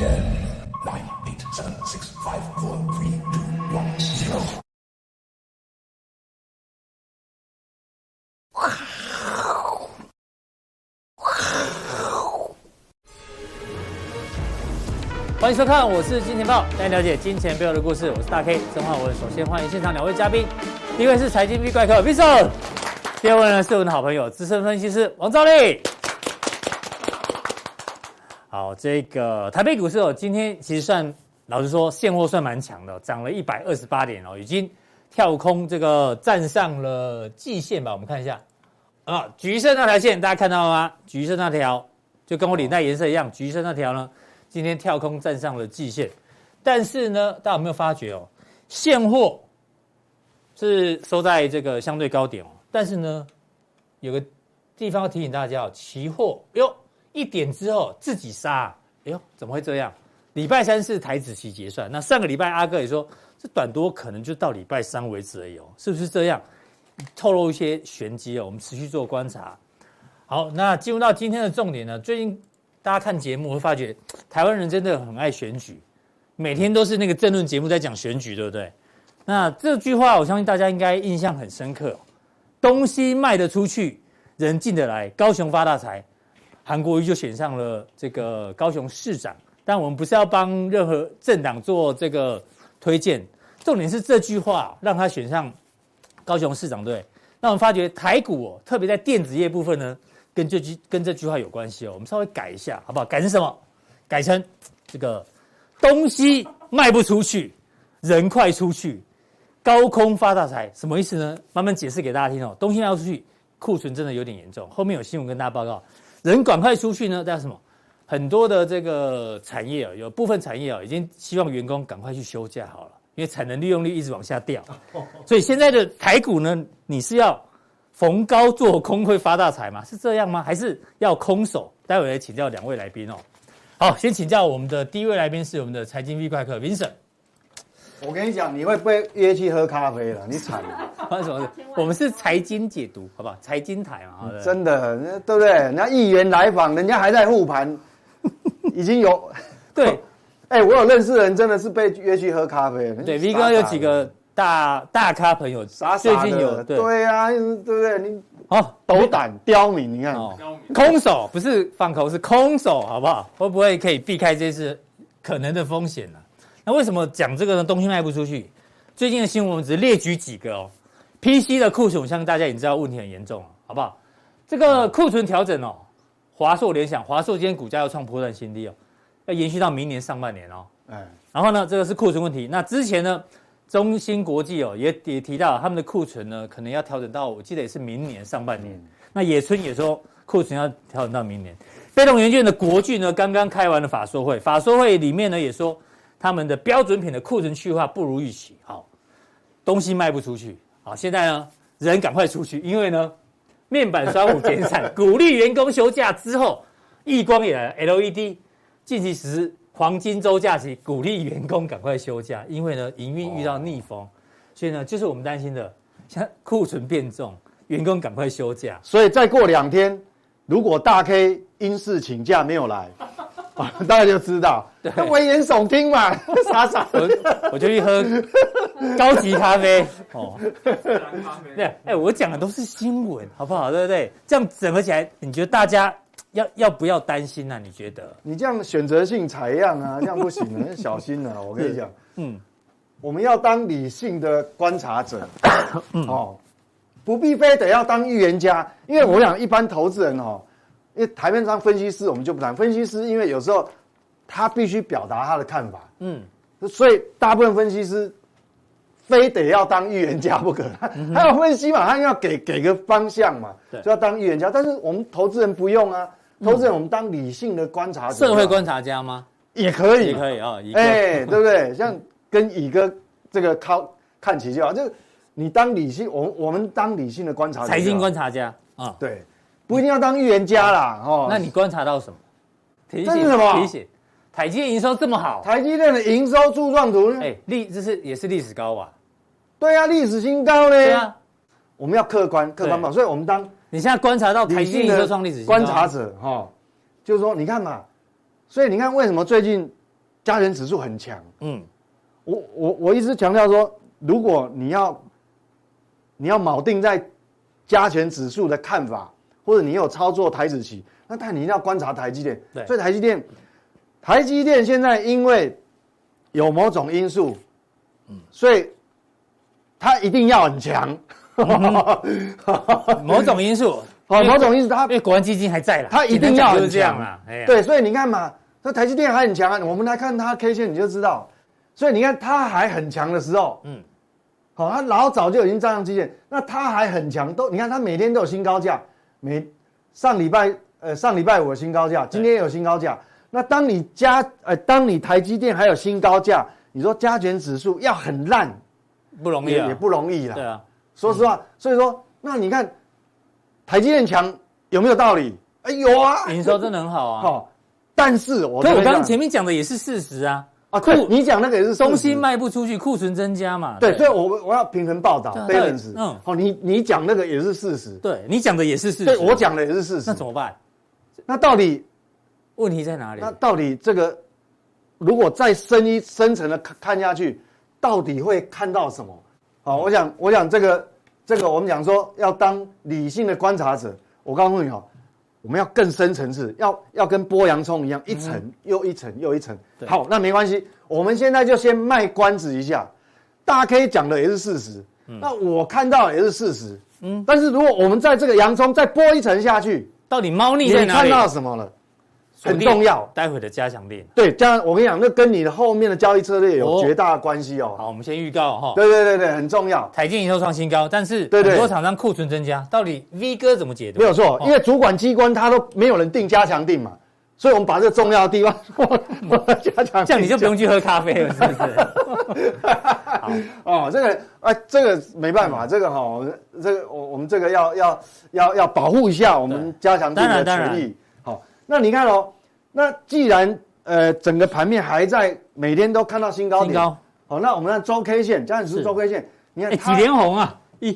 欢迎收看，我是金钱豹，带你了解金钱背后的故事。我是大 K 曾焕文。首先欢迎现场两位嘉宾，第一位是财经 V 怪客 Vincent， 第二位呢是我们的好朋友资深分析师王兆立。好，这个台北股市今天其实算老实说，现货算蛮强的，涨了128点已经跳空这个站上了季线吧？我们看一下橘色那条线，大家看到了吗？橘色那条就跟我领带颜色一样，橘色那条呢？今天跳空站上了季线，但是呢，大家有没有发觉现货是收在这个相对高点但是呢，有个地方要提醒大家期货1点之后自己杀，怎么会这样？礼拜三是台指期结算，那上个礼拜阿哥也说，这短多可能就到礼拜三为止而已是不是这样？透露一些玄机我们持续做观察。好，那进入到今天的重点呢，最近。大家看节目会发觉，台湾人真的很爱选举，每天都是那个政论节目在讲选举，对不对？那这句话我相信大家应该印象很深刻东西卖得出去，人进得来，高雄发大财。韩国瑜就选上了这个高雄市长，但我们不是要帮任何政党做这个推荐，重点是这句话让他选上高雄市长，对？那我们发觉台股特别在电子业部分呢。跟这句话有关系我们稍微改一下，好不好？改成什么？改成这个东西卖不出去，人快出去，高空发大财，什么意思呢？慢慢解释给大家听东西卖不出去，库存真的有点严重。后面有新闻跟大家报告，人赶快出去呢，代表什么？很多的这个产业有部分产业已经希望员工赶快去休假好了，因为产能利用率一直往下掉，所以现在的台股呢，你是要。逢高做空会发大财吗？是这样吗？还是要空手？待会来请教两位来宾好，先请教我们的第一位来宾是我们的财经 V 怪客 Vincent。 我跟你讲，你会被约去喝咖啡了，你惨了。 发生什么事？我们是财经解读，好不好？财经台嘛， 真的，对不对？人家议员来访，人家还在护盘，已经有对。 我有认识的人真的是被约去喝咖啡。 对 ，V 哥有几个。大咖朋友傻最近有对啊，对不对？你斗胆刁民，你看空手不是放空是空手，好不好？会不会可以避开这次可能的风险呢？那为什么讲这个呢？东西卖不出去，最近的新闻我们只是列举几个PC 的库存，我相信大家也知道问题很严重好不好？这个库存调整华硕、联想，华硕今天股价要创波段新低要延续到明年上半年然后呢，这个是库存问题。那之前呢？中芯国际也提到他们的库存呢，可能要调整到，我记得也是明年上半年。那野村也说库存要调整到明年。被动元件的国巨呢，刚刚开完了法说会，法说会里面呢也说他们的标准品的库存去化不如预期，东西卖不出去，现在呢人赶快出去，因为呢面板双虎减产，鼓励员工休假之后，易光也来了 LED 近期实施。黄金周假期鼓励员工赶快休假，因为呢营运遇到逆风，所以呢就是我们担心的，像库存变重，员工赶快休假。 所以再过2天，如果大 K 因事请假没有来，大家就知道，危言耸听嘛，傻我就去喝高级咖啡对，我讲的都是新闻，好不好？对不对？这样整合起来，你觉得大家？要不要担心你觉得？ 你这样选择性采样这样不行要小心我跟你讲，我们要当理性的观察者，不必非得要当预言家，因为我想一般投资人因为台面上分析师我们就不谈，分析师因为有时候他必须表达他的看法，所以大部分分析师非得要当预言家不可，他要分析嘛，他要给个方向嘛，就要当预言家。但是我们投资人不用投资人我们当理性的观察者， 社会观察家吗？ 也可以， 也可以对不对？像跟乙哥这个看齐就好，就你当理性，我们当理性的观察者， 财经观察家对，不一定要当预言家啦那你观察到什么？ 这是什么？ 提醒台积电营收这么好， 台积电的营收柱状图， 这也是历史高吧？ 对啊，历史新高呢。 对啊， 我们要客观嘛，所以我们当你现在观察到台积电营收创历史新高， 观察者就是说你看嘛，所以你看为什么最近加权指数很强。我一直强调说，如果你要锚定在加权指数的看法，或者你有操作台指期，那但你一定要观察台积电。所以台积电现在因为有某种因素，所以它一定要很强。 某种因素， 某种因素， 因为国安基金还在啦， 它一定要很强啦。 对，所以你看嘛，那台积电还很强啊。我们来看它 K 线你就知道，所以你看它还很强的时候，它老早就已经站上基线，那它还很强，你看它每天都有新高价，上礼拜五有新高价，今天也有新高价。那当你台积电还有新高价，你说加权指数要很烂， 不容易也不容易啦。 对啊， 说实话，所以说，那你看台积电强有没有道理？有啊， 营收真的很好啊。 但是我刚刚前面讲的也是事实啊。 对，你讲那个也是事实， 东西卖不出去，库存增加嘛。 对，所以我要平衡报道 balance。你讲那个也是事实， 对你讲的也是事实， 对我讲的也是事实。 那怎么办？ 那到底问题在哪里？ 那到底这个如果再深层的看下去，到底会看到什么？我想这个我们讲说要当理性的观察者，我告诉你我们要更深层次，要跟剥洋葱一样，一层又一层又一层。好，那没关系，我们现在就先卖关子一下。大 K 讲的也是事实，那我看到的也是事实。但是如果我们在这个洋葱再剥一层下去， 到底猫腻在哪里？ 你看到什么了？很重要， 待会的加强练。 对，我跟你讲，那跟你的后面的交易策略有绝大的关系哦。 好，我们先预告对，很重要。 台积电营收创新高，但是很多厂商库存增加，到底 V 哥怎么解读？ 没有错，因为主管机关他都没有人定加强定嘛，所以我们把这个重要的地方加强定。 这样你就不用去喝咖啡了，是不是？ 好，这个没办法，这个我们这个要保护一下我们加强定的权益。好，那你看那既然整个盘面还在每天都看到新高点，好，那我们看周 K 线，加权指数周 K 线，你看几连红啊？1、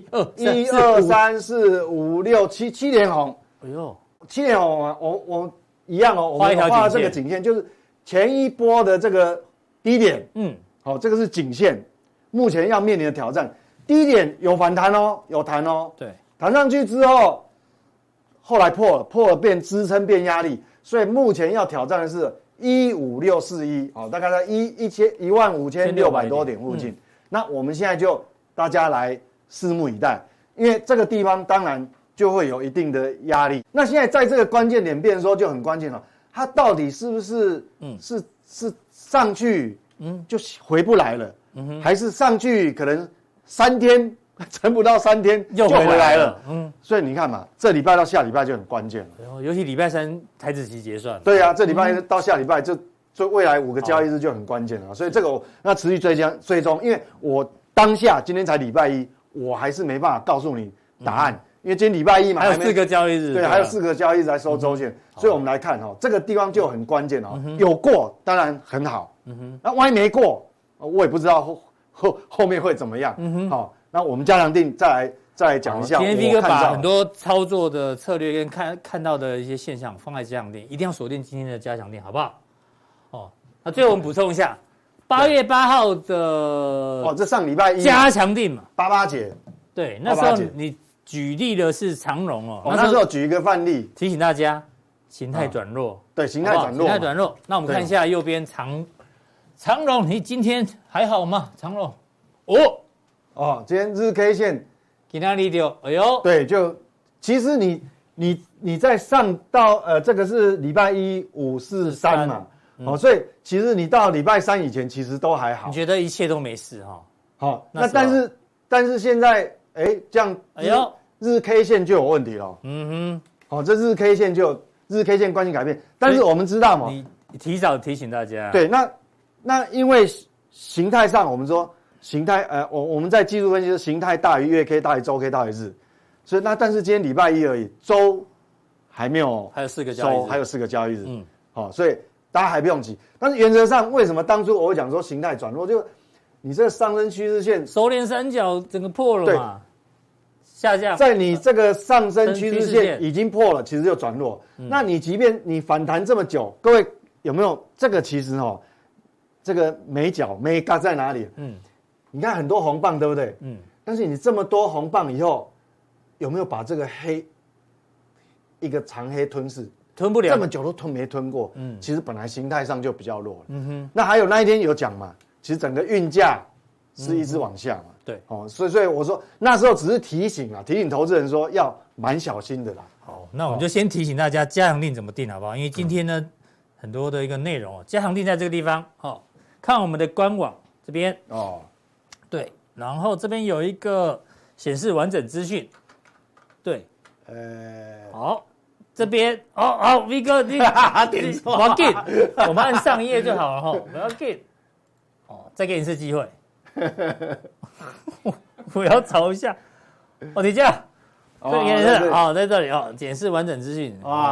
2、3、4、5、6、7连红。 哎呦 ，7连红我一样我们画这个颈线，就是前一波的这个低点，好，这个是颈线，目前要面临的挑战。低点有反弹有弹对， 弹上去之后，后来破了变支撑变压力，所以目前要挑战的是15641，大概在15600多点附近。那我们现在就大家来拭目以待，因为这个地方当然就会有一定的压力。那现在在这个关键点变的时候就很关键了，它到底是不是是上去就回不来了，还是上去可能3天撑不到3天就回来了？所以你看嘛，这礼拜到下礼拜就很关键了。 尤其礼拜3台指期结算。 对啊，这礼拜到下礼拜就未来5个交易日就很关键了。所以这个那持续追踪，因为我当下今天才礼拜1，我还是没办法告诉你答案。因为今天礼拜1嘛， 还有4个交易日， 对，还有4个交易日来收周线，所以我们来看这个地方就很关键有过当然很好，那万一没过，我也不知道后面会怎么样。好，那我们加强定再来讲一下。 今天 V 哥把很多操作的策略跟看到的一些现象放在加强定，一定要锁定今天的加强定，好不好？那最后我们补充一下，8月8号的这上礼拜1 加强定嘛 ，88节， 对，那时候你举例的是长荣那时候举一个范例， 提醒大家形态转弱， 对，形态转弱。 那我们看一下右边长荣，你今天还好吗？长荣， 今天日 K 线给哪里丢？哎呦， 对，就其实你在上到这个是礼拜1、5、4、3嘛，所以其实你到礼拜3以前其实都还好， 你觉得一切都没事好，那但是现在这样，日 K 线就有问题了。这日 K 线关系改变，但是我们知道嘛， 你提早提醒大家。 对，那因为形态上，我们说形态，我们在技术分析是形态大于月 K 大于周 K 大于日，所以但是今天礼拜1而已，周还没有， 还有4个交易日， 还有4个交易日，所以大家还不用急。但是原则上，为什么当初我会讲说形态转弱，就你这个上升趋势线收敛三角整个破了嘛？下降， 在你这个上升趋势线已经破了，其实就转弱。那你即便你反弹这么久，各位有没有这个？其实这个美角美嘎在哪里？你看很多红棒，对不对？但是你这么多红棒以后，有没有把这个一个长黑吞噬？ 吞不了， 这么久都没吞过。其实本来形态上就比较弱了。那还有那一天有讲嘛，其实整个运价是一直往下嘛。 对， 所以我说那时候只是提醒投资人说要蛮小心的啦。 好，那我们就先提醒大家加强定怎么定好不好？因为今天呢，很多的一个内容加强定在这个地方看我们的官网这边对，然后这边有一个显示完整资讯，对，好。这边V 哥，你点错，我要 get， 我们按上一页就好了我要 get， 再给你一次机会，我要找一下，等一下，这个是在这里检视完整资讯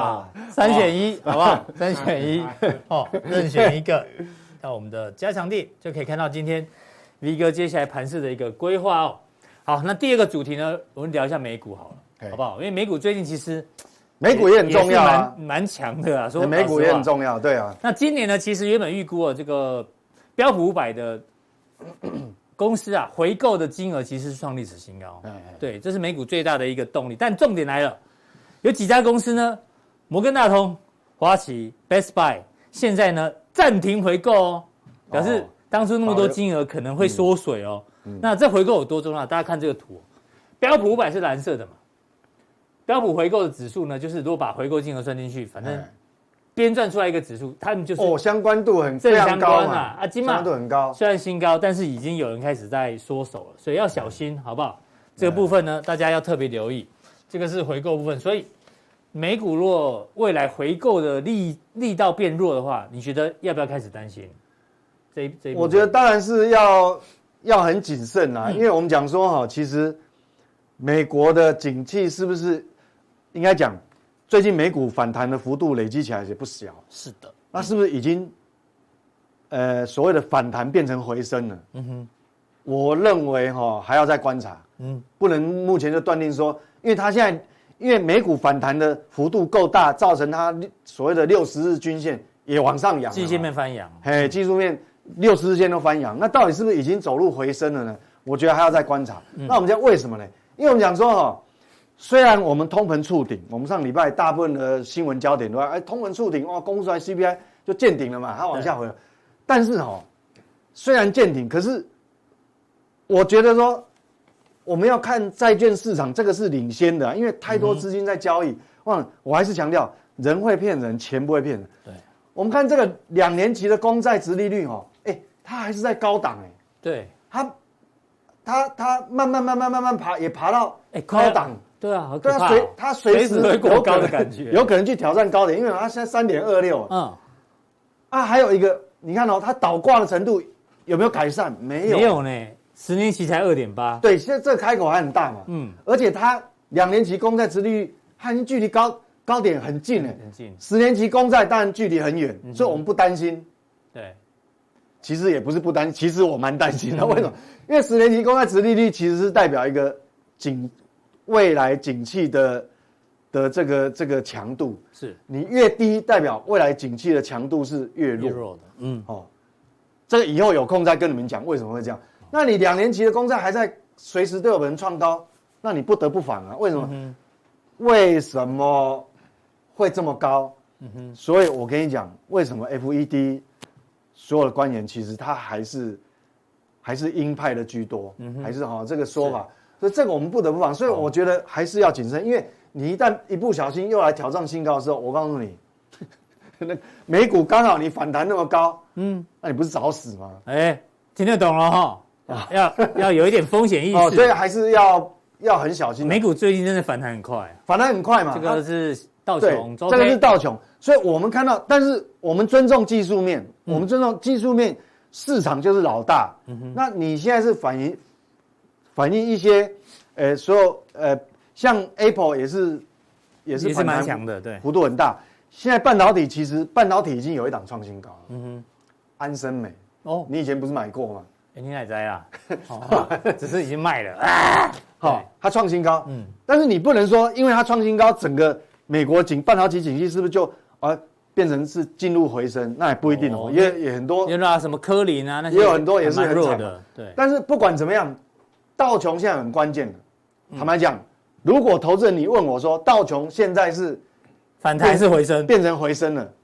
3选1，好不好？3选1，任选一个，到我们的加强地就可以看到今天 V 哥接下来盘势的一个规划好，那第二个主题呢，我们聊一下美股好了，好不好？因为美股最近其实。 美股也很重要蛮强的说美股也很重要，对啊。 那今年呢，其实原本预估这个标普500的公司回购的金额其实是创历史新高，对，这是美股最大的一个动力。但重点来了，有几家公司呢？摩根大通、花旗、Best Buy 现在呢暂停回购表示当初那么多金额可能会缩水那这回购有多重要？大家看这个图，标普500是蓝色的嘛？标普回购的指数呢，就是如果把回购金额算进去，反正编撰出来一个指数，他们就是相关度非常高嘛， 相关度很高， 虽然新高，但是已经有人开始在缩手了，所以要小心，好不好？这个部分呢，大家要特别留意，这个是回购部分，所以美股若未来回购的力道变弱的话，你觉得要不要开始担心？这一部分我觉得当然是要很谨慎因为我们讲说其实美国的景气是不是？应该讲，最近美股反弹的幅度累积起来也不小。 是的， 那是不是已经，所谓的反弹变成回升了？我认为还要再观察。不能目前就断定说，因为美股反弹的幅度够大，造成它所谓的60日均线也往上扬， 季线面翻扬， 技术面60日线都翻扬，那到底是不是已经走入回升了呢？我觉得还要再观察。那我们讲为什么呢？因为我们讲说虽然我们通膨触顶，我们上礼拜大部分的新闻焦点都在通膨触顶公布出来 CPI 就见顶了嘛，它往下回了。但是虽然见顶，可是我觉得说我们要看债券市场，这个是领先的因为太多资金在交易。我还是强调，人会骗人，钱不会骗人。对，我们看这个2年期的公债殖利率它还是在高档对， 它慢慢爬，也爬到高档。 对啊，好可怕它随时会过高的感觉， 有可能去挑战高点，因为它现在3.26。还有一个，你看它倒挂的程度有没有改善？没有呢，10年期才2.8。 对，现在这个开口还很大嘛。而且它2年期公债殖利率，它已经距离高点很近很近。 10年期公债当然距离很远，所以我们不担心。 对， 其实也不是不担心，其实我蛮担心的。为什么？因为10年期公债殖利率其实是代表一个未来景气的这个强度，是你越低，代表未来景气的强度是越弱的。这个以后有空再跟你们讲为什么会这样。那你2年期的公债还在随时都有人创高，那你不得不反为什么？为什么会这么高？所以我跟你讲，为什么 FED 所有的官员其实他还是鹰派的居多，还是这个说法。所以这个我们不得不防，所以我觉得还是要谨慎，因为你一旦一不小心又来挑战新高的时候，我告诉你，那美股刚好你反弹那么高，那你不是找死吗？ 听得懂了要有一点风险意识， 所以还是要很小心。 美股最近真的反弹很快， 嘛， 这个是道琼， 这个是道琼，所以我们看到，但是我们尊重技术面，市场就是老大。那你现在是反映一些，所有像 Apple 也是蛮强的，对， 幅度很大。现在半导体已经有一档创新高了，安森美你以前不是买过吗？ 你哪在啊？只是已经卖了它创新高，但是你不能说因为它创新高，整个美国半导体景气是不是就变成是进入回升，那也不一定哦，也很多， 有什么科林啊那些， 也有很多也是很弱的，对。 但是不管怎么样，道琼现在很关键的，坦白讲，如果投资人你问我说道琼现在是反弹是回升， 变成回升了，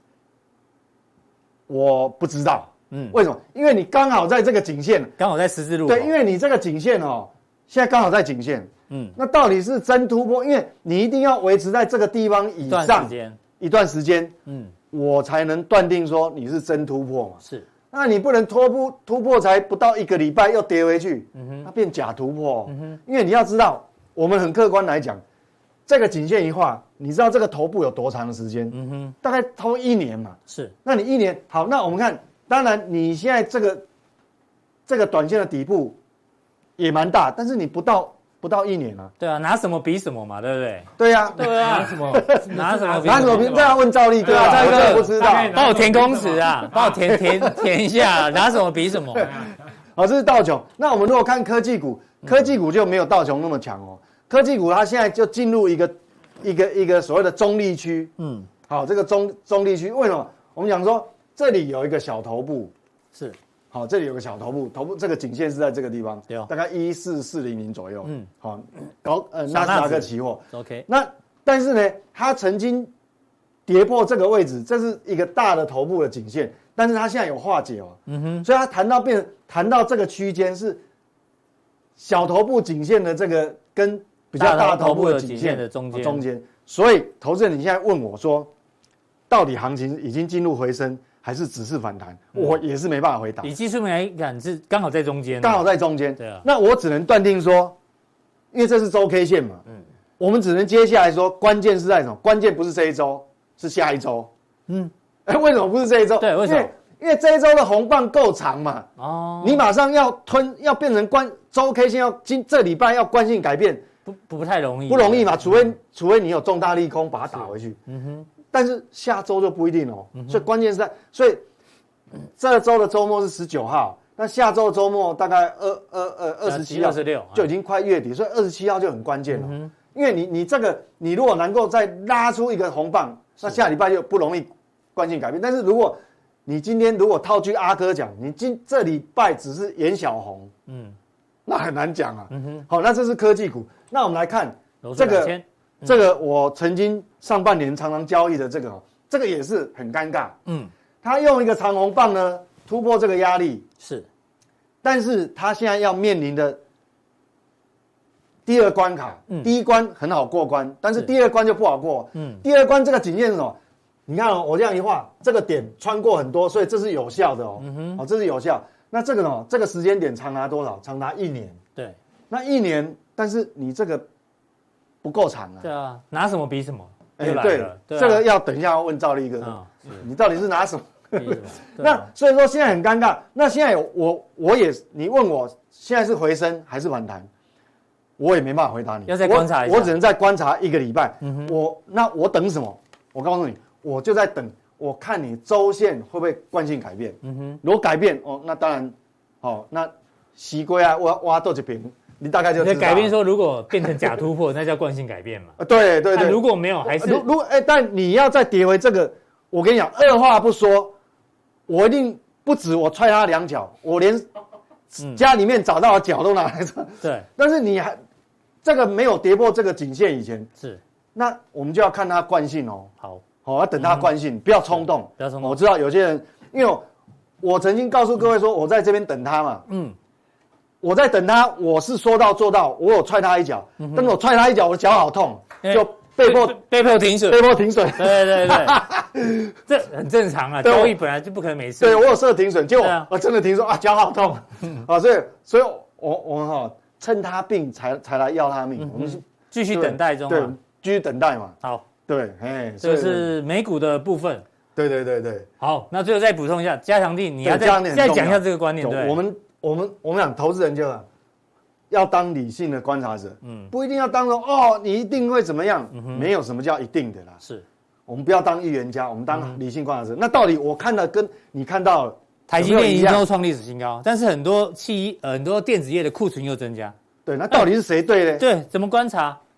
我不知道，为什么？因为你刚好在这个颈线， 刚好在十字路口， 对，因为你这个颈线哦，现在刚好在颈线，那到底是真突破？因为你一定要维持在这个地方以上一段时间，我才能断定说你是真突破嘛。 是， 那你不能突破才不到1个礼拜又跌回去，那变假突破。因为你要知道，我们很客观来讲，这个颈线一画，你知道这个头部有多长的时间？大概超过1年嘛。 是， 那你1年好，那我们看，当然你现在这个短线的底部也蛮大，但是你不到1年啊。 对啊，拿什么比什么嘛，对不对？ 对呀， 对啊，拿什么比？ 这要问赵力哥啊，赵力哥不知道， 帮我填公尺啊，帮我填一下，拿什么比什么？ 好，这是道琼。那我们如果看科技股，科技股就没有道琼那么强哦。科技股它现在就进入一个所谓的中立区，好，这个中立区为什么？我们讲说这里有一个小头部， 是。 好，这里有个小头部这个颈线是在这个地方，大概14400左右。好，纳斯达克期货 OK。 那但是呢，它曾经跌破这个位置，这是一个大的头部的颈线，但是它现在有化解哦。所以它弹到这个区间是小头部颈线的这个跟比较大头部的颈线的中间。 所以投资人你现在问我说，到底行情已经进入回升？还是只是反弹，我也是没办法回答。 以技术面来讲是刚好在中间， 刚好在中间。 对啊， 那我只能断定说，因为这是周 K 线嘛，我们只能接下来说，关键是在什么？关键不是这一周，是下一周。为什么不是这一周？ 对，为什么？ 因为这一周的红棒够长嘛。哦，你马上要变成周 K 线这礼拜要惯性改变， 不太容易， 不容易嘛，除非你有重大利空把它打回去。但是下周就不一定哦，所以关键是所以这周的周末是19号，那下周周末大概27号、 26 就已经快月底，所以27号就很关键了。因为你如果能够再拉出一个红棒，那下礼拜就不容易惯性改变。但是如果你今天如果套句阿哥讲，你这礼拜只是演小红，那很难讲啊。好，那这是科技股，那我们来看这个我曾经上半年常常交易的这个也是很尴尬。他用一个长红棒呢突破这个压力是， 但是他现在要面临的第二关卡，第一关很好过关，但是第二关就不好过。第二关这个颈线是什么？你看我这样一画，这个点穿过很多，所以这是有效的哦。这是有效。那这个这个时间点长达多少？长达1年。 对， 那1年，但是你这个不够长啊。 对啊，拿什么比什么？ 对，这个要等一下要问赵力哥，你到底是拿什么？那所以说现在很尴尬。那现在我也，你问我现在是回升还是反弹，我也没办法回答你。 要再观察一下， 我只能再观察1个礼拜。我等什么？我告诉你，我就在等，我看你周线会不会惯性改变。如果改变那当然，那西龟啊挖到这边。你大概就知道改变说，如果变成假突破，那叫惯性改变嘛？ 对。 如果没有，还是但你要再跌回这个，我跟你讲，二话不说，我一定不止我踹他2脚，我连家里面找到的脚都拿来踹。 对。 但是你还这个没有跌破这个颈线以前， 是， 那我们就要看它惯性哦。 好， 要等它惯性，不要冲动。 不要冲动。 我知道有些人，因为我曾经告诉各位说，我在这边等他嘛。我在等他，我是说到做到，我有踹他一脚，但是我踹他一脚，我的脚好痛，就被迫停损。 对，这很正常啊，交易本来就不可能没事。 对，我有设停损，结果我真的停损啊，脚好痛所以我趁他病才来要他命，我们是继续等待中， 对，继续等待嘛。 好， 对， 这是美股的部分。 对。 好，那最后再补充一下，加强力，你要再讲一下这个观念。对， 我们讲投资人就要当理性的观察者，不一定要当说你一定会怎么样，没有什么叫一定的啦。 是， 我们不要当预言家，我们当理性观察者。那到底我看的跟你看到的台积电已经都创历史新高，但是很多电子业的库存又增加。 对，那到底是谁对呢？ 对，怎么观察？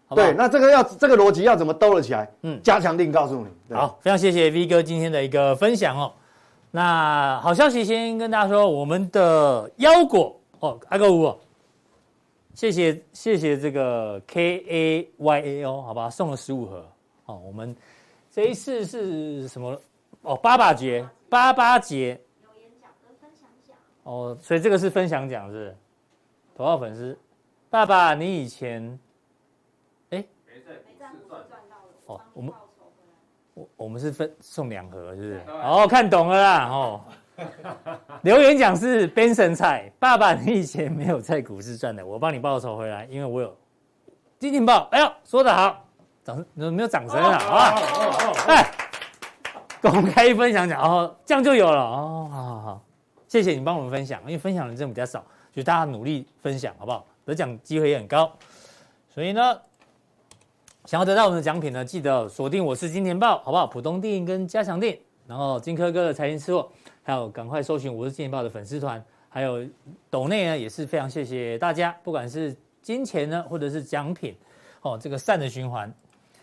好不好？ 对，那这个逻辑要怎么兜了起来？加强定告诉你。 好，非常谢谢 V 哥今天的一个分享哦。那好消息先跟大家说，我们的腰果哦，阿哥五哦，谢谢这个 KAYAO 好吧，送了15盒哦。我们这一次是什么？哦，八八节有演讲跟分享奖哦，所以这个是分享奖是头号粉丝爸爸，你以前没在股市赚到了哦，我们是送2盒，是不是？哦，看懂了啦哦。留言讲是 Benson 菜，爸爸，你以前没有在股市赚的，我帮你报仇回来，因为我有金钱豹。哎呦，说得好，有没有掌声啊？好啊，哎，公开分享讲哦，这样就有了哦，好，谢谢你帮我们分享，因为分享的人真的比较少，就大家努力分享，好不好？得奖机会也很高，所以呢。想要得到我们的奖品呢，记得锁定我是金钱豹，好不好？浦东店跟加强店，然后金科哥的财经吃货，还有赶快搜寻我是金钱豹的粉丝团，还有斗内呢也是非常谢谢大家，不管是金钱呢，或者是奖品，哦，这个善的循环。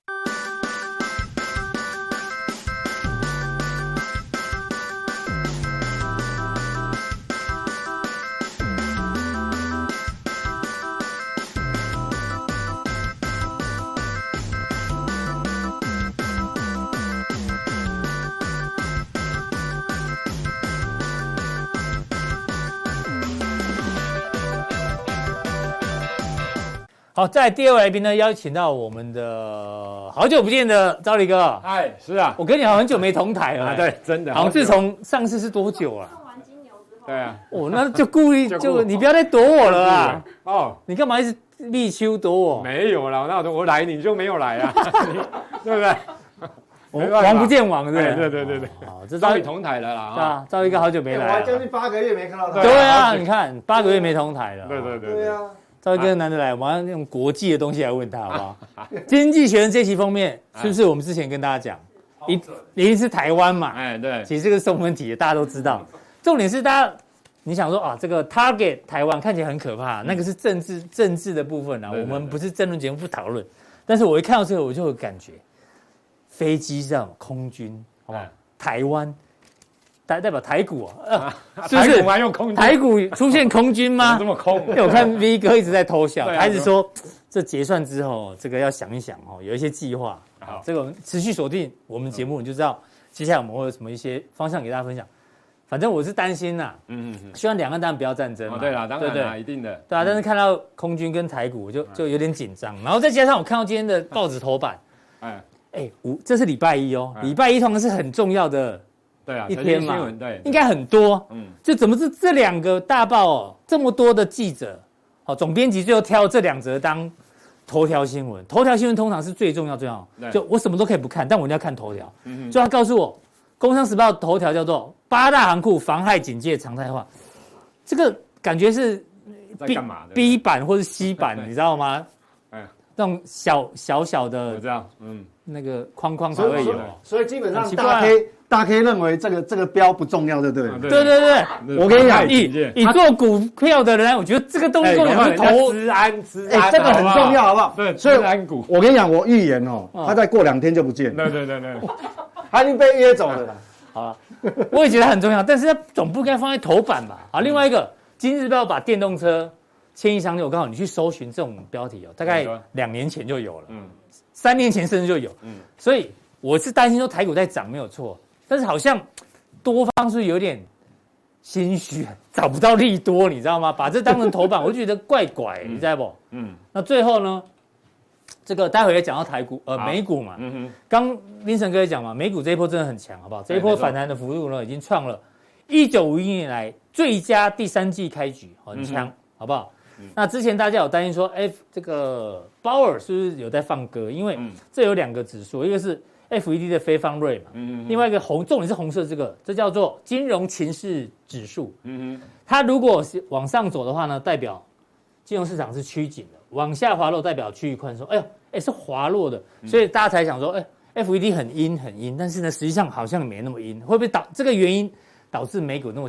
好，在第2位来宾呢，邀请到我们的好久不见的昭黎哥。 哎，是啊， 我跟你好像很久没同台了。 对，真的。 好像自从上次是多久啊？ 送完金牛之后。 对啊。 哦，那就故意就你不要再躲我了啊！ 哦， 你干嘛一直立秋躲我？ 没有啦，那我来你就没有来啊，对不对？ 王不见王，对对。好，这终于同台了啦。 对啊，昭黎哥好久没来。 我还将近8个月没看到他。 对啊，你看8个月没同台了。 对啊。 赵哥难得来，我们要用国际的东西来问他，好不好？经济学人这期封面是不是我们之前跟大家讲，一定是台湾嘛？哎，对，其实这个送分题大家都知道。重点是大家，你想说啊，这个 target 台湾看起来很可怕，那个是政治的部分啊，我们不是政论节目不讨论。但是我一看到这个，我就有感觉，飞机上空军，好不好？台湾。代表台股啊，是不是？台股出现空军吗？ 这么空？ 因为我看 V 哥一直在偷笑，他一直说这结算之后，这个要想一想哦，有一些计划。好，这个我们持续锁定我们节目，你就知道接下来我们会有什么一些方向给大家分享。反正我是担心呐，希望两岸当然不要战争嘛。 对啦，当然啦，一定的。 对啊，但是看到空军跟台股就有点紧张，然后再加上我看到今天的报纸头版，这是礼拜一哦，礼拜一通常是很重要的。 对啊， 一天嘛， 对， 应该很多，就怎么是这2个大报哦，这么多的记者，哦，总编辑最后挑这2则当头条新闻。头条新闻通常是最重要，就我什么都可以不看，但我一定要看头条。就他告诉我，《工商时报》头条叫做8大行库妨害警戒常态化，这个感觉是 B 版或是 C 版，你知道吗？那种小的， 我知道， 那个框才会有。 所以基本上大 K 认为这个标不重要，对不对？ 对，我跟你讲，以做股票的人，我觉得这个东西重要是投资安， 这个很重要，好不好？ 对， 所以我跟你讲，我预言哦，他再过2天就不见了。 对， 他已经被约走了啦。 好了，我也觉得很重要，但是他总不该放在头版吧？好，另外一个，《今日报》把电动车牵一箱我告诉你去搜寻这种标题哦，大概2年前就有了，3年前甚至就有，所以我是担心说台股在涨没有错。但是好像多方是有点心虚，找不到利多，你知道吗？把这当成头版，我就觉得怪，你知道不？那最后呢，这个待会也讲到台股，美股嘛，刚林晨哥也讲嘛，美股这一波真的很强，好不好？这一波反弹的幅度呢，已经创了1951年来最佳第3季开局，很强，好不好？那之前大家有担心说，这个鲍尔是不是有在放歌？因为这有2个指数，一个是FED 的非方瑞嘛，另外一个重点是红色这叫做金融情势指数，它如果是往上走的话呢，代表金融市场是趋紧的，往下滑落代表区域宽松，是滑落的，所以大家才想说，FED 很阴，但是呢，实际上好像没那么阴，会不会这个原因导致美股那么强？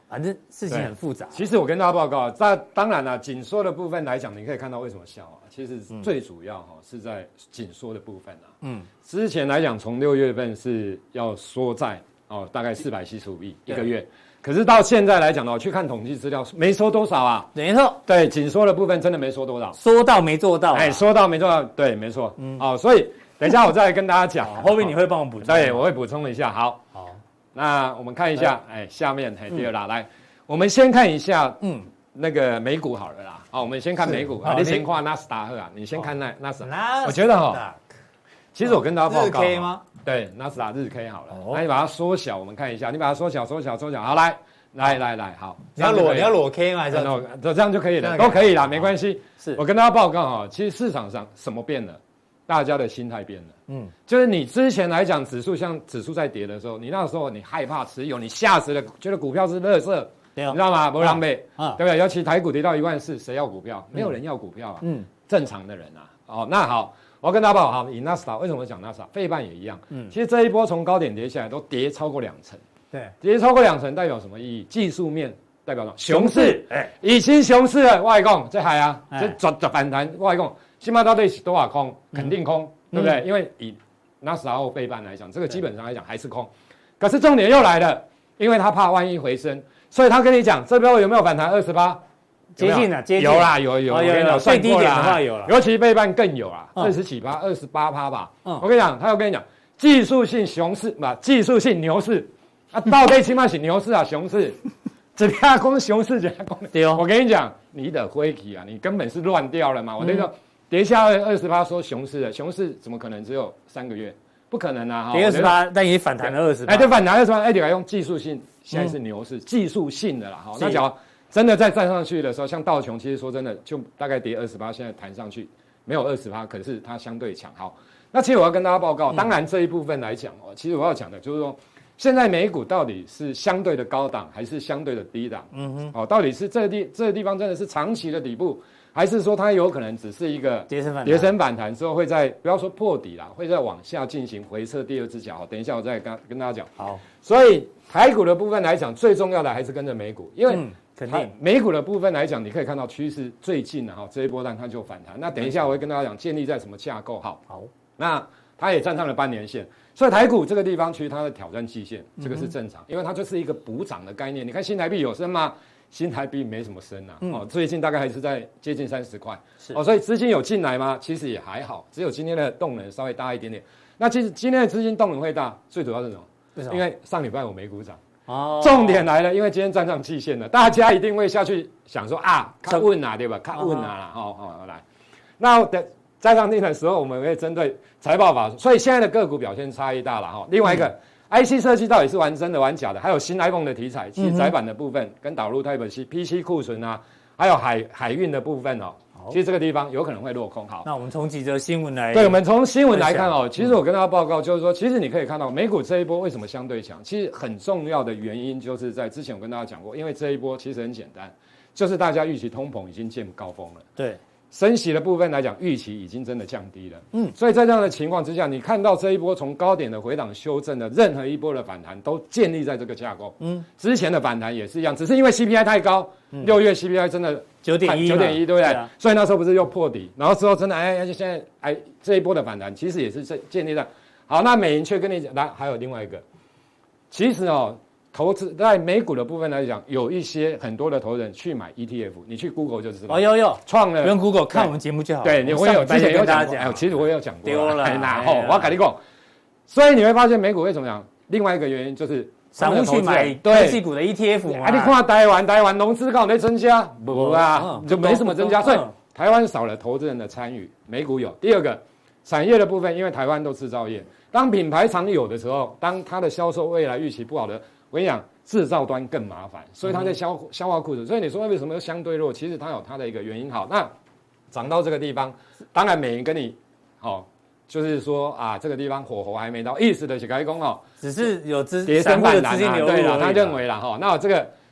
反正事情很复杂。 其实我跟大家报告，当然啦，紧缩的部分来讲，你可以看到为什么笑啊？其实最主要是在紧缩的部分啊。之前来讲，从6月份是要缩债大概475亿一个月。可是到现在来讲呢，我去看统计资料，没收多少啊？ 没错， 对，紧缩的部分真的没收多少， 说到没做到。 说到没做到，对，没错。所以等一下我再来跟大家讲， 后面你会帮我补充？ 对，我会补充一下。好，那我们看一下，下面第二啦，来，我们先看一下，那个美股好了啦。我们先看美股你先看纳斯达克啊，你先看纳斯达克。我觉得其实我跟大家报告， 日 K 吗？ 对，纳斯达日 K 好了，那你把它缩小，我们看一下，你把它缩小，好，来，好， 你要裸 K 吗？还是这样就可以了，都可以啦，没关系。 是我跟大家报告其实市场上什么变了？大家的心态变了，就是你之前来讲，指数在跌的时候，你那时候你害怕持有，你吓死了，觉得股票是垃圾，你知道吗？不狼狈，对不对？尤其台股跌到14000，谁要股票？没有人要股票啊，正常的人啊，那好。我要跟大家报告，以纳斯达为什么讲纳斯达？费半也一样。其实这一波从高点跌下来，都跌超过2成。 对， 跌超过2成代表什么意义？技术面代表什么？熊市，已经熊市了。外公这海啊，这反弹，外公起码到底是多少空？肯定空，对不对？因为以纳斯达或费半来讲，这个基本上来讲还是空。可是重点又来了，因为他怕万一回升，所以他跟你讲这边有没有反弹28？ 接近了，接近有啦，有， 最低点的话有了， 尤其费半更有啊，20几%、28%吧。我跟你讲，他要跟你讲技术性熊市嘛，技术性牛市到底起码是牛市啊，熊市，只加工熊市加工。 对哦， 我跟你讲，你的灰体啊，你根本是乱掉了嘛。我那个跌下28%说熊市了，熊市怎么可能只有3个月？不可能啊！ 跌28%，但也反弹了28%。 对，反弹28%，得用技术性，现在是牛市，技术性的啦。好，那假如真的再站上去的时候，像道琼，其实说真的，就大概跌28%，现在弹上去没有28%，可是它相对强。好，那其实我要跟大家报告，当然这一部分来讲其实我要讲的就是说，现在美股到底是相对的高档还是相对的低档？到底是这个地方真的是长期的底部，还是说它有可能只是一个跌升反弹之后会在不要说破底啦，会再往下进行回撤第二只脚？等一下我再跟大家讲。好，所以台股的部分来讲，最重要的还是跟着美股，因为肯定美股的部分来讲，你可以看到趋势最近这一波段它就反弹。那等一下我会跟大家讲建立在什么架构。好，那它也站上了半年线，所以台股这个地方其实它的挑战季线，这个是正常，因为它就是一个补涨的概念。你看新台币有升吗？新台币没什么升啊，最近大概还是在接近30块，所以资金有进来吗？其实也还好，只有今天的动能稍微大一点点。那其实今天的资金动能会大，最主要是什么？为什么？因为上礼拜有美股涨。重点来了，因为今天站上季线了，大家一定会下去想说看稳啊，对吧？看稳啊来，那站上去的时候，我们会针对财报法，所以现在的个股表现差异大了另外一个，IC 设计到底是玩真的玩假的？还有新 iPhone 的题材，其实载板的部分跟导入 Type-C、PC 库存啊，还有海运的部分其实这个地方有可能会落空。好， 那我们从几则新闻来， 对，我们从新闻来看其实我跟大家报告就是说，其实你可以看到美股这一波为什么相对强，其实很重要的原因就是在之前我跟大家讲过，因为这一波其实很简单，就是大家预期通膨已经见高峰了， 对， 升息的部分来讲，预期已经真的降低了，所以在这样的情况之下，你看到这一波从高点的回档修正的任何一波的反弹，都建立在这个架构。之前的反弹也是一样，只是因为 CPI 太高，6月 CPI 真的9.1，对不对？所以那时候不是又破底，然后之后真的现在这一波的反弹，其实也是建立在好。那美银却跟你讲，来还有另外一个，其实投资在美股的部分来讲，有一些很多的投资人去买 ETF， 你去 Google 就知道。 有创了， 不用 Google 看我们节目就好。 对，我有之前有讲过，其实我也有讲过。 丢了， 我要跟你讲，所以你会发现美股为什么讲？另外一个原因就是散户去买科技股的 ETF 嘛。 你看台湾融资刚好在增加，不就没什么增加，所以台湾少了投资人的参与，美股有。第二个，产业的部分，因为台湾都制造业，当品牌常有的时候，当它的销售未来预期不好的。我跟你讲，制造端更麻烦，所以它在消化库存。所以你说为什么相对弱？其实它有它的一个原因。好，那涨到这个地方，当然美银跟你就是说这个地方火候还没到，意思的是开工只是有跌升反弹资金流入对了，他认为啦那这个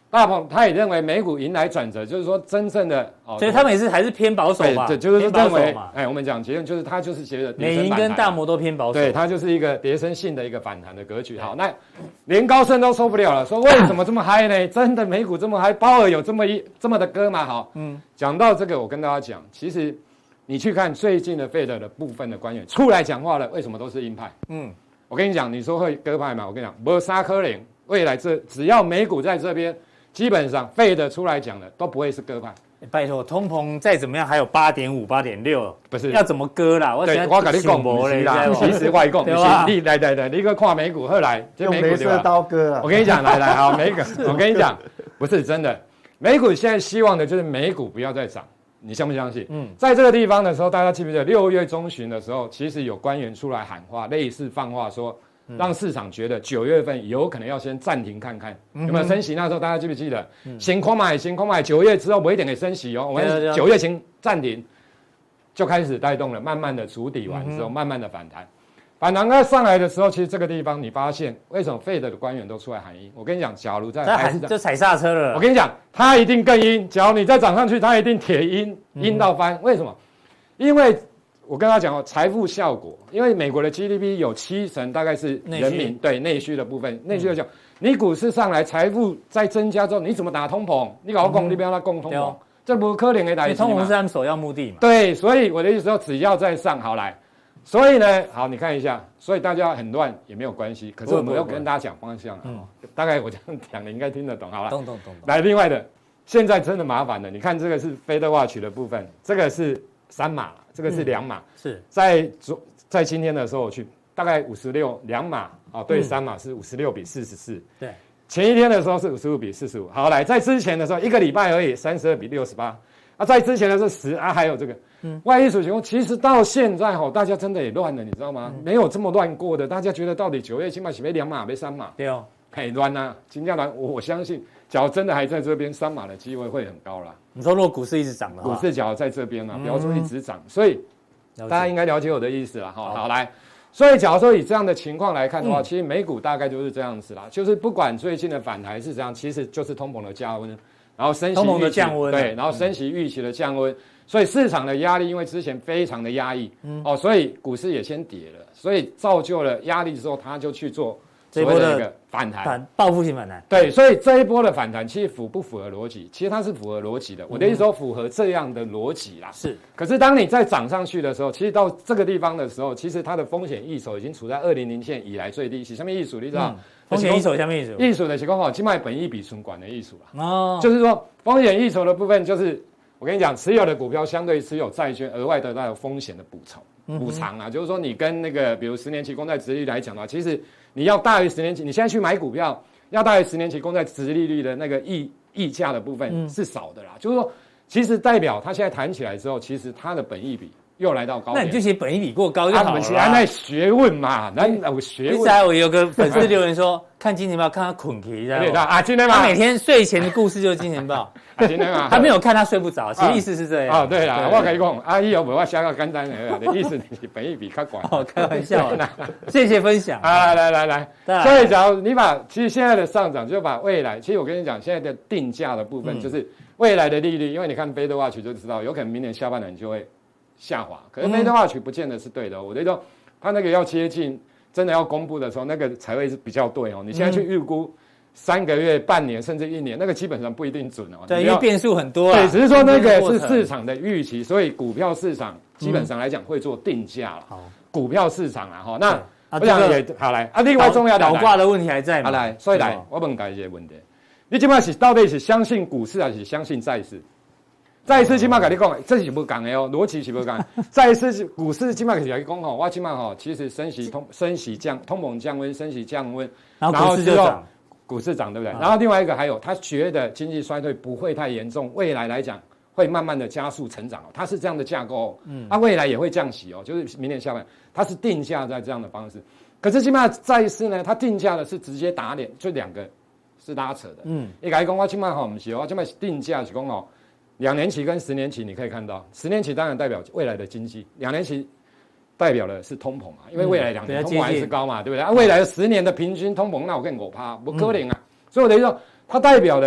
大鹏他也认为美股迎来转折，就是说真正的所以他们也是还是偏保守吧？ 对，就是认为，我们讲结论就是他就是觉得美银跟大摩都偏保守， 对，它就是一个跌升性的一个反弹的格局。好，那连高盛都受不了了，说为什么这么嗨呢？真的美股这么嗨，鲍尔有这么的歌吗？好，讲到这个，我跟大家讲，其实你去看最近的Fed的部分的官员出来讲话了，为什么都是鹰派？我跟你讲，你说会鸽派吗？我跟你讲，没啥可能。未来只要美股在这边。基本上Fed出来讲的都不会是鸽派。 拜托，通膨再怎么样还有8.5、8.6， 不是要怎么割啦？ 对，我跟你讲不是啦，其实我讲，你来，你个看美股后来用雷射刀割啊！ 我跟你讲，来好，我跟你讲，不是真的，美股现在希望的就是美股不要再涨，你相不相信？在这个地方的时候，大家记不记得6月中旬的时候，其实有官员出来喊话，类似放话说。让市场觉得9月份有可能要先暂停看看，有没有升息？那时候大家记不记得？先空买，9月之后不一定给升息哦。我们9月先暂停，就开始带动了，慢慢的筑底完之后，慢慢的反弹。反弹刚上来的时候，其实这个地方你发现为什么Fed的官员都出来喊鹰？我跟你讲，假如就踩刹车了。 我跟你讲，他一定更鹰。假如你再涨上去，他一定铁鹰，鹰到翻。为什么？因为我跟他讲财富效果，因为美国的 GDP 有70%大概是人民对内需的部分，内需的讲，你股市上来，财富在增加之后，你怎么打通膨？你搞空，你不要他共通膨，这不可能的代志嘛。 通膨是他们首要目的嘛。 对，所以我的意思说，只要再上好来，所以呢，好，你看一下，所以大家很乱也没有关系，可是我们要跟大家讲方向大概我这样讲，你应该听得懂，好了。懂。来，另外的，现在真的麻烦了，你看这个是Fed Watch的部分，这个是3码。这个是2码， 是在今天的时候我去大概56，2码对3码是56:44， 对， 前一天的时候是55:45，好来，在之前的时候1个礼拜而已32:68，在之前的是10还有这个外溢储情况，其实到现在大家真的也乱了，你知道吗？没有这么乱过的，大家觉得到底9月起码是被2码被3码， 对哦， 很乱啊，金价乱，我相信。假如真的还在这边，3码的机会会很高啦。 你说如果股市一直涨的话， 股市假如在这边不要说一直涨，所以大家应该了解我的意思啦。好来，所以假如说以这样的情况来看的话，其实美股大概就是这样子啦，就是不管最近的反弹是怎样，其实就是通膨的降温，然后升息预期的降温，对，然后升息预期的降温，所以市场的压力因为之前非常的压抑，所以股市也先跌了，所以造就了压力之后，他就去做。这一波的一个反弹， 报复性反弹， 对，所以这一波的反弹其实符不符合逻辑？其实它是符合逻辑的。我的意思说，符合这样的逻辑啦。 是， 可是当你再涨上去的时候，其实到这个地方的时候，其实它的风险溢手已经处在2000线以来最低。下面溢手你知道？ 风险溢手下面溢手， 溢手的情况好，起码本益比存管的溢手啦。哦，就是说风险溢手的部分，就是我跟你讲，持有的股票相对持有债券额外得到有风险的补偿啊，就是说你跟那个比如10年期公债殖利率来讲的话，其实你要大于10年期，你现在去买股票要大于10年期公债殖利率的那个溢价的部分是少的啦，就是说其实代表它现在弹起来之后，其实它的本益比又来到高点， 那你就写本益比过高就好了。 我们现在学问嘛，那有学问。 刚才我有个粉丝留言说，看金钱豹看他捆皮，知道吗？ 金钱豹他每天睡前的故事就是金钱豹。他没有看他睡不着，其实意思是这样。 对啦，我跟你讲，阿姨有不我写个简单的意思，你本益比较广。 开玩笑，谢谢分享。 来，所以假如你其实现在的上涨，就把未来，其实我跟你讲，现在的定价的部分就是未来的利率，因为你看Fed Watch就知道，有可能明年下半年就会下滑，可是Fed Watch不见得是对的。我觉得他那个要接近真的要公布的时候，那个才会是比较对哦。你现在去预估3个月、半年甚至1年，那个基本上不一定准哦。 对，因为变数很多。 对，只是说那个是市场的预期，所以股票市场基本上来讲会做定价了。好，股票市场啊，哈，那我想也好来啊。另外重要的倒挂的问题还在吗？ 好来，所以来我问大家一个问题：你今麦是到底是相信股市还是相信债市？债市今麦跟你讲，这是不讲的哦，逻辑是不讲。债市股市今麦跟你讲吼，我今麦吼，其实升息通膨降温，升息降温， 然后股市就涨。 股市涨对不对？然后另外一个还有，他觉得经济衰退不会太严重，未来来讲会慢慢的加速成长哦，它是这样的架构哦。未来也会降息哦，就是明年下半年，它是定价在这样的方式。可是基本上债市呢，它定价的是直接打脸，就2个是拉扯的。一个讲我基本上不是哦，我基本上定价是讲哦，2年期跟10年期你可以看到，10年期当然代表未来的经济，2年期代表的是通膨嘛，因为未来2年通膨还是高嘛，对不对？未来10年的平均通膨，那我跟5%，不可能啊。所以我等于说，它代表的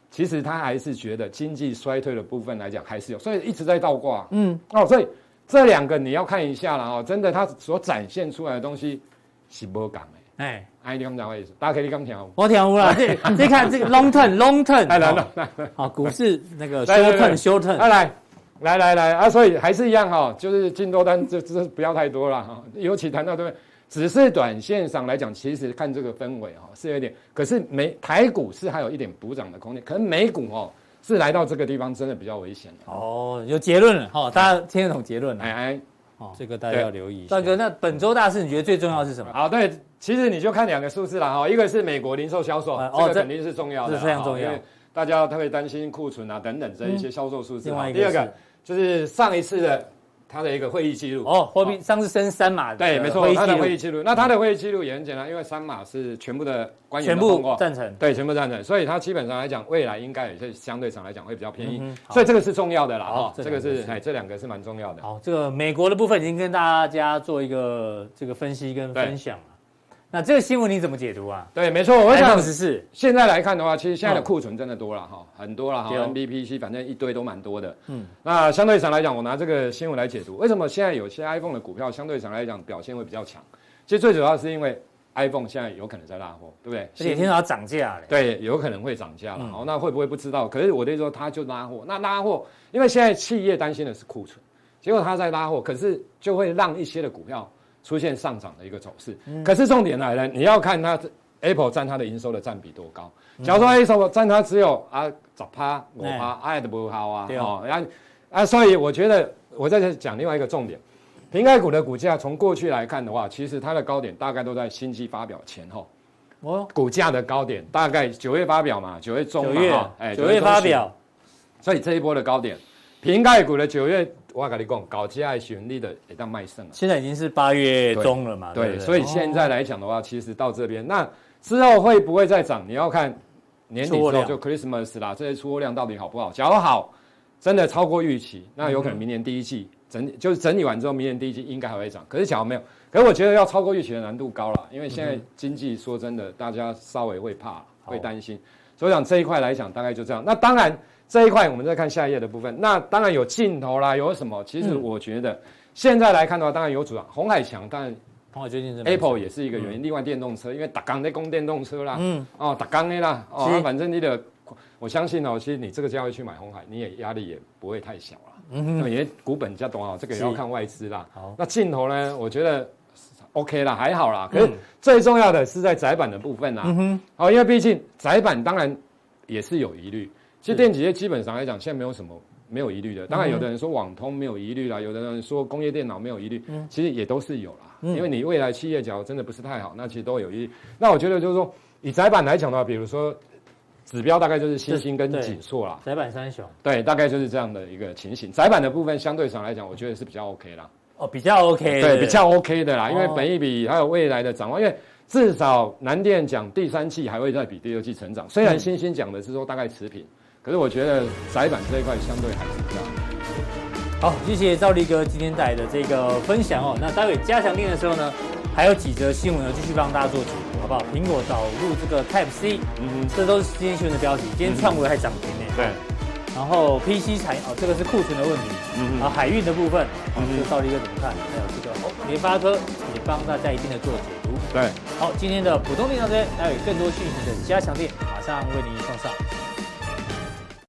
其实他还是觉得经济衰退的部分来讲还是有，所以一直在倒挂。所以这2个你要看一下了哦，真的他所展现出来的东西是不讲的。你刚讲的意思，大家可以刚听。 我听有啦，这看这个 long term， 来，好，股市那个 short term， 来啊，所以还是一样哈，就是进多单这不要太多了哈，尤其谈到对不对？只是短线上来讲，其实看这个氛围是有一点，可是台股是还有一点补涨的空间，可能美股是来到这个地方真的比较危险了。有结论了大家听得懂结论了。这个大家要留意一下。大哥，那本周大事你觉得最重要是什么？ 对，其实你就看2个数字啦一个是美国零售销售，这个肯定是重要的， 这非常重要， 因为大家特别担心库存等等这一些销售数字。第二个就是上一次的他的一个会议记录货币上次升3码， 对，没错，他的会议记录。那他的会议记录也很简单，因为3码是全部的官员全部赞成， 对，全部赞成，所以他基本上来讲，未来应该也是相对上来讲会比较便宜，所以这个是重要的啦这个是这2个是蛮重要的。 这个美国的部分已经跟大家做一个这个分析跟分享了。那这个新闻你怎么解读啊？ 对，没错，我想是现在来看的话，其实现在的库存真的多了很多了NBPC 反正一堆都蛮多的。那相对上来讲，我拿这个新闻来解读，为什么现在有些 iPhone 的股票相对上来讲表现会比较强？其实最主要是因为 iPhone 现在有可能在拉货，对不对？ 而且听说要涨价了。 对，有可能会涨价了。那会不会不知道？可是我的意思说，它就拉货。那拉货，因为现在企业担心的是库存，结果它在拉货，可是就会让一些的股票出现上涨的一个走势。可是重点来了，你要看它 Apple 占它的营收的占比多高。假如说 Apple 占它只有10%、5%，都不好啊。所以我觉得我在讲另外一个重点，瓶盖股的股价从过去来看的话，其实它的高点大概都在新机发表前后。股价的高点大概9月发表嘛，9月中嘛 ，9月发表， 所以这一波的高点，瓶盖股的9月。我跟你讲，搞价的旋律的也当卖剩了。 现在已经是8月中了嘛，对， 所以现在来讲的话，其实到这边，那之后会不会再涨？你要看年底之后就 Christmas 啦，这些出货量到底好不好？假如好，真的超过预期，那有可能明年第一季就是整理完之后，明年第一季应该还会涨。可是假如没有，可是我觉得要超过预期的难度高了，因为现在经济说真的，大家稍微会怕，会担心。所以讲这一块来讲，大概就这样。那当然。这一块我们再看下一页的部分，那当然有镜头啦，有什么？其实我觉得现在来看的话，当然有主张，鸿海强，当然鸿海最近是 Apple 也是一个原因。另外电动车，因为打钢在供电动车啦，打钢的啦，反正你的，我相信其实你这个价位去买鸿海，你也压力也不会太小啦。因为股本较多这个也要看外资啦。那镜头呢，我觉得 OK 啦，还好啦。可是最重要的是在载板的部分啦。因为毕竟载板当然也是有疑虑。其实电子业基本上来讲，现在没有疑虑的。当然，有的人说网通没有疑虑啦，有的人说工业电脑没有疑虑，其实也都是有啦。因为你未来企业假如真的不是太好，那其实都有疑虑。那我觉得就是说，以载板来讲的话，比如说指标大概就是新兴跟景硕啦， 载板三雄， 对，大概就是这样的一个情形。载板的部分相对上来讲，我觉得是比较 OK 啦。 比较 OK， 对，比较 OK 的啦，因为本益比还有未来的展望，因为至少南电讲第3季还会再比第2季成长，虽然新兴讲的是说大概持平。可是我觉得载板这一块相对还是比较好。谢谢赵立哥今天带来的这个分享那待会加强练的时候呢，还有几则新闻呢，继续帮大家做解读，好不好？苹果导入这个 Type C，这都是今天新闻的标题。今天创维还涨停呢。 对。 然后 PC 产这个是库存的问题。然后海运的部分，这个赵立哥怎么看？还有这个联发科也帮大家一定的做解读。 对。 好，今天的普通练到这边，待会更多讯息的加强练马上为您送上。